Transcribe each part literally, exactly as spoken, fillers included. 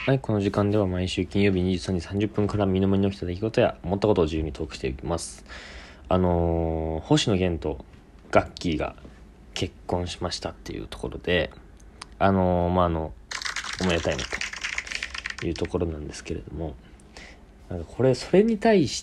はい、この時間では毎週金曜日にじゅうさんじさんじゅっぷんから身の回りに起きた出来事や思ったことを自由にトークしていきます。あのー、星野源とガッキーが結婚しましたっていうところで、あのー、まあ、あの、おめでたいなというところなんですけれども、なんかこれ、それに対して、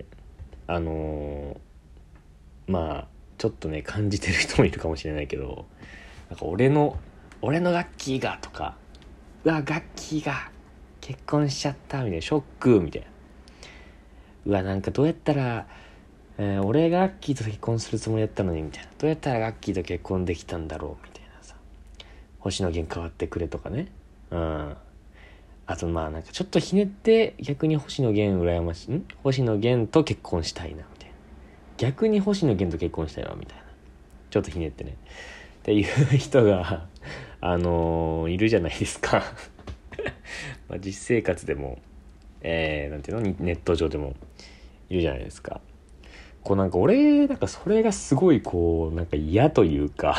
あのー、まあ、ちょっとね、感じてる人もいるかもしれないけど、なんか俺の、俺のガッキーがとか、うわ、ガッキーが結婚しちゃったみたいな、ショックみたいな、うわ、なんかどうやったら、えー、俺がガッキーと結婚するつもりだったのにみたいな、どうやったらガッキーと結婚できたんだろうみたいなさ、星野源変わってくれとかね、うん、あとまあなんかちょっとひねって逆に星野源羨ましいん星野源と結婚したいなみたいな、逆に星野源と結婚したいわみたいな、ちょっとひねってねっていう人があのー、いるじゃないですかまあ実生活でも、えー、なんていうの、ネット上でもいるじゃないですか。こうなんか俺なんかそれがすごいこうなんか嫌というか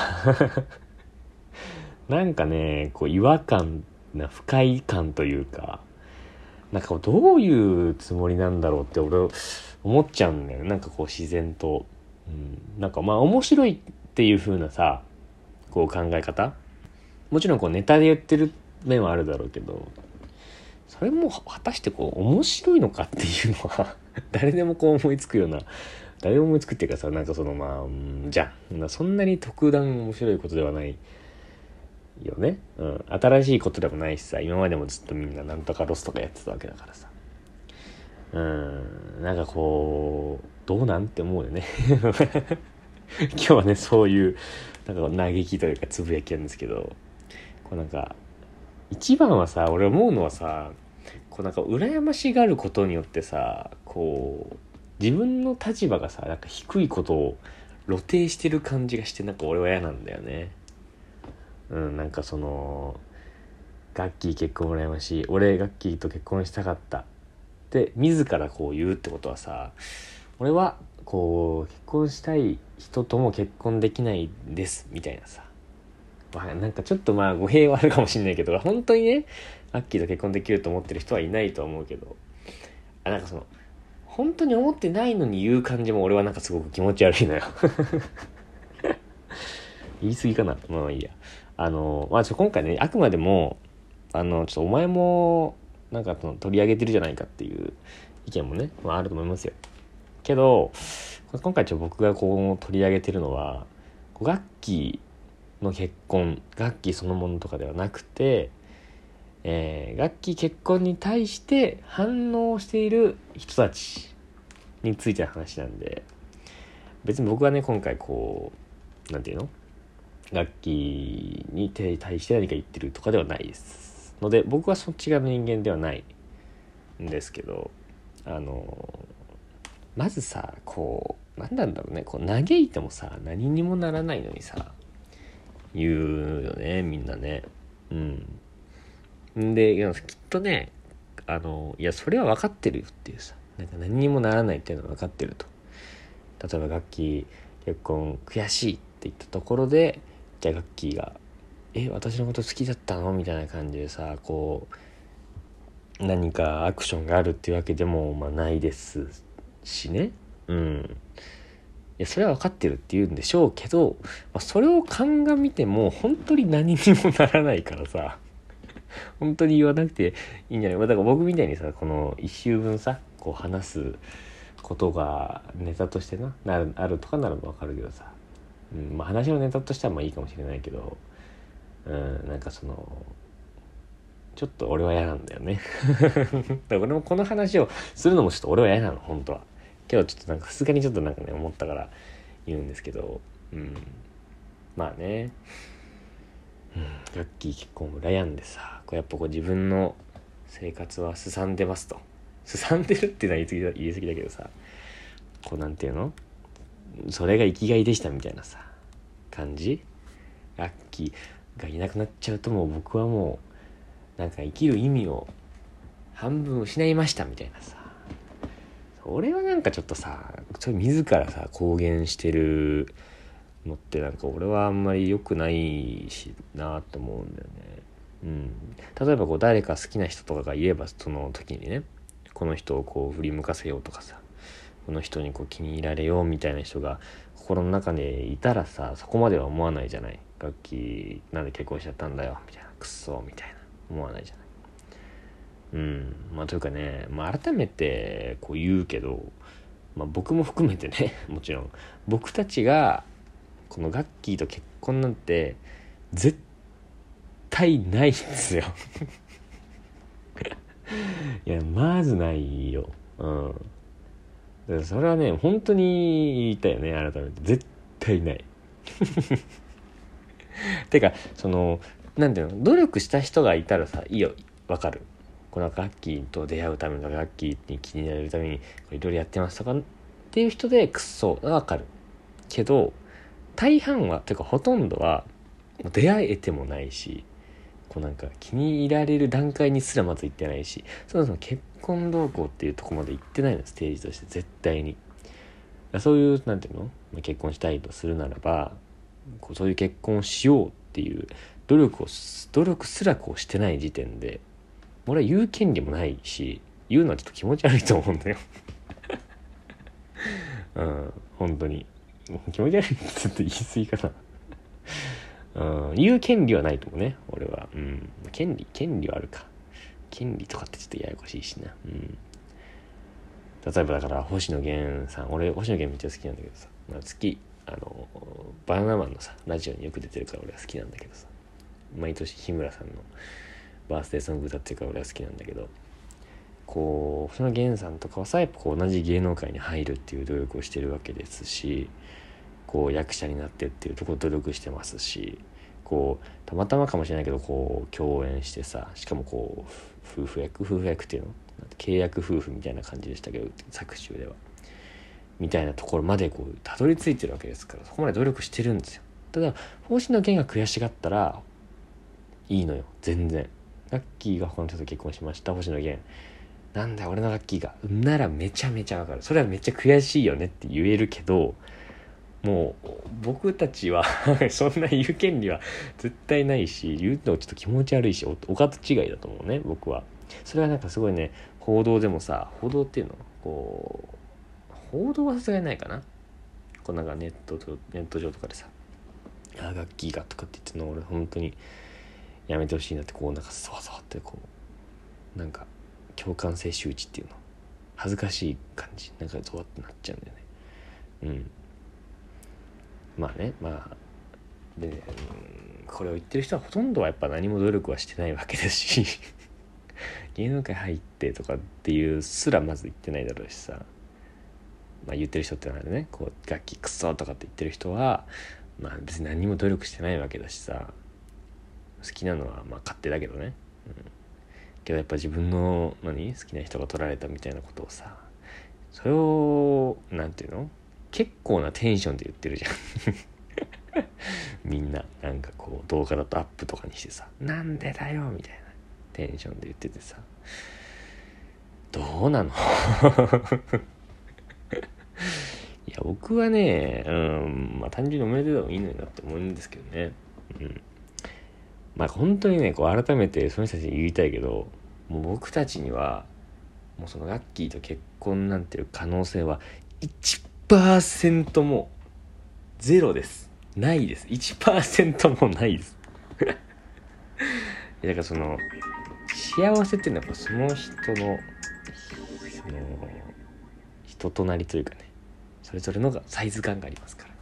なんかね、こう違和感な不快感というか、なんかどういうつもりなんだろうって俺思っちゃうんだよね。なんかこう自然と、うん、なんかまあ面白いっていう風なさ、こう考え方、もちろんこうネタで言ってる面はあるだろうけど、それも果たしてこう面白いのかっていうのは誰でもこう思いつくような、誰でも思いつくっていうかさ、なんかそのまあ、うん、じゃん、そんなに特段面白いことではないよね、うん、新しいことでもないしさ、今までもずっとみんななんとかロスとかやってたわけだからさ、うん、なんかこうどうなんって思うよね今日はね、そういうなんか嘆きというかつぶやきなんですけど、こうなんか一番はさ、俺思うのはさ、こうなんか羨ましがることによってさ、こう自分の立場がさ、なんか低いことを露呈してる感じがして、なんか俺は嫌なんだよね。うん、なんかそのガッキー結婚羨ましい、俺ガッキーと結婚したかったって自らこう言うってことはさ、俺はこう結婚したい人とも結婚できないですみたいなさ、まあ、なんかちょっとまあ語弊はあるかもしれないけど、本当にねガッキーと結婚できると思ってる人はいないとは思うけど、あ、なんかその本当に思ってないのに言う感じも俺はなんかすごく気持ち悪いのよ言い過ぎかな、まあいいや。あのまあちょ今回ね、あくまでもあのちょっとお前もなんか取り上げてるじゃないかっていう意見もね、まあ、あると思いますよ。けど今回ちょっと僕がこう取り上げてるのは、ガッキーの結婚、ガッキーそのものとかではなくて、えー、ガッキー結婚に対して反応している人たちについての話なんで、別に僕はね今回こうなんていうの、ガッキーに対して何か言ってるとかではないですので、僕はそっち側の人間ではないんですけど、あのまずさ、こう何なんだろうね、こう嘆いてもさ何にもならないのにさ言うよね、みんなね。うんで、きっとね、あのいやそれは分かってるよっていうさ、なんか何にもならないっていうのは分かってると。例えばガッキー結婚悔しいって言ったところで、じゃあガッキーがえ私のこと好きだったのみたいな感じでさ、こう何かアクションがあるっていうわけでもまあないですしね。うんいやそれは分かってるって言うんでしょうけど、まあ、それを鑑みても本当に何にもならないからさ本当に言わなくていいんじゃない。だから僕みたいにさ、この一周分さこう話すことがネタとしてななるあるとかなら分かるけどさ、うんまあ、話のネタとしてはまあいいかもしれないけど、うん、なんかそのちょっと俺は嫌なんだよねだから俺もこの話をするのもちょっと俺は嫌なの本当は。けどちょっとなんかさすがにちょっとなんかね思ったから言うんですけど、うんまあね、うん、ガッキー結婚羨んでさ、こうやっぱこう自分の生活はすさんでますと、すさんでるっていうのは言い過ぎだ、言い過ぎだけどさ、こうなんていうの、それが生きがいでしたみたいなさ感じ。ガッキーがいなくなっちゃうともう僕はもうなんか生きる意味を半分失いましたみたいなさ、俺はなんかちょっとさ、それ自らさ公言してるのってなんか俺はあんまり良くないしなって思うんだよね。 うん、例えばこう誰か好きな人とかがいればその時にねこの人をこう振り向かせようとかさこの人にこう気に入られようみたいな人が心の中にいたらさそこまでは思わないじゃない。ガッキーなんで結婚しちゃったんだよみたいなクソみたいな思わないじゃない。うんまあというかね、まあ、改めてこう言うけど、まあ、僕も含めてねもちろん僕たちがこのガッキーと結婚なんて絶対ないんですよいやまずないよ。うんだからそれはね本当に言いたいよね。改めて絶対ないてかそのなんていうの努力した人がいたらさいいよわかる。このガッキーと出会うためのガッキーに気になれるためにいろいろやってますとかっていう人でクソわかるけど大半はていうかほとんどは出会えてもないしこうなんか気に入られる段階にすらまず行ってないしそもそも結婚動向っていうところまで行ってないのステージとして絶対に。そういうなんていうの結婚したいとするならばこうそういう結婚をしようっていう努力を努力すらこうしてない時点で俺は言う権利もないし言うのはちょっと気持ち悪いと思うんだようん本当に気持ち悪いってちょっと言い過ぎかなうん言う権利はないと思うね俺は。うん権利権利はあるか。権利とかってちょっとややこしいしな。うん例えばだから星野源さん俺星野源めっちゃ好きなんだけどさ、まあ、好きあのバナナマンのさラジオによく出てるから俺は好きなんだけどさ毎年日村さんのバースデーソング歌ってるから俺は好きなんだけどこう星野源さんとかはさやっぱこう同じ芸能界に入るっていう努力をしてるわけですしこう役者になってっていうところ努力してますしこうたまたまかもしれないけどこう共演してさしかもこう夫婦役夫婦役っていうの契約夫婦みたいな感じでしたけど作中ではみたいなところまでこうたどり着いてるわけですからそこまで努力してるんですよ。ただ星野源が悔しがったらいいのよ全然。ガッキーが他の人と結婚しました星野源なんだ俺のガッキーがならめちゃめちゃわかる。それはめっちゃ悔しいよねって言えるけどもう僕たちはそんな言う権利は絶対ないし言うのちょっと気持ち悪いしお門違いだと思うね僕は。それはなんかすごいね報道でもさ報道っていうのこう報道はさすがにないかなこうなんかネットとネット上とかでさあガッキーがとかって言ってるの俺本当にやめてほしいなってこうなんかそうそうってこうなんか共感性周知っていうの恥ずかしい感じなんかゾワってなっちゃうんだよね。うんまあねまあで、うん、これを言ってる人はほとんどはやっぱ何も努力はしてないわけですし芸能界入ってとかっていうすらまず言ってないだろうしさまあ言ってる人ってのはねこう楽器クソとかって言ってる人はまあ別に何も努力してないわけだしさ好きなのはまあ勝手だけどね、うん、けどやっぱ自分の何好きな人が取られたみたいなことをさそれをなんていうの結構なテンションで言ってるじゃんみんななんかこう動画だとアップとかにしてさなんでだよみたいなテンションで言っててさどうなのいや僕はねうんまあ単純におめでとうでもいいのになって思うんですけどね。うんまあ本当にねこう改めてその人たちに言いたいけどもう僕たちにはもうそのガッキーと結婚なんていう可能性はいちパーセント もゼロですないです いちパーセント もないですだからその幸せっていうのはやっぱその人のその人となりというかねそれぞれのがサイズ感がありますから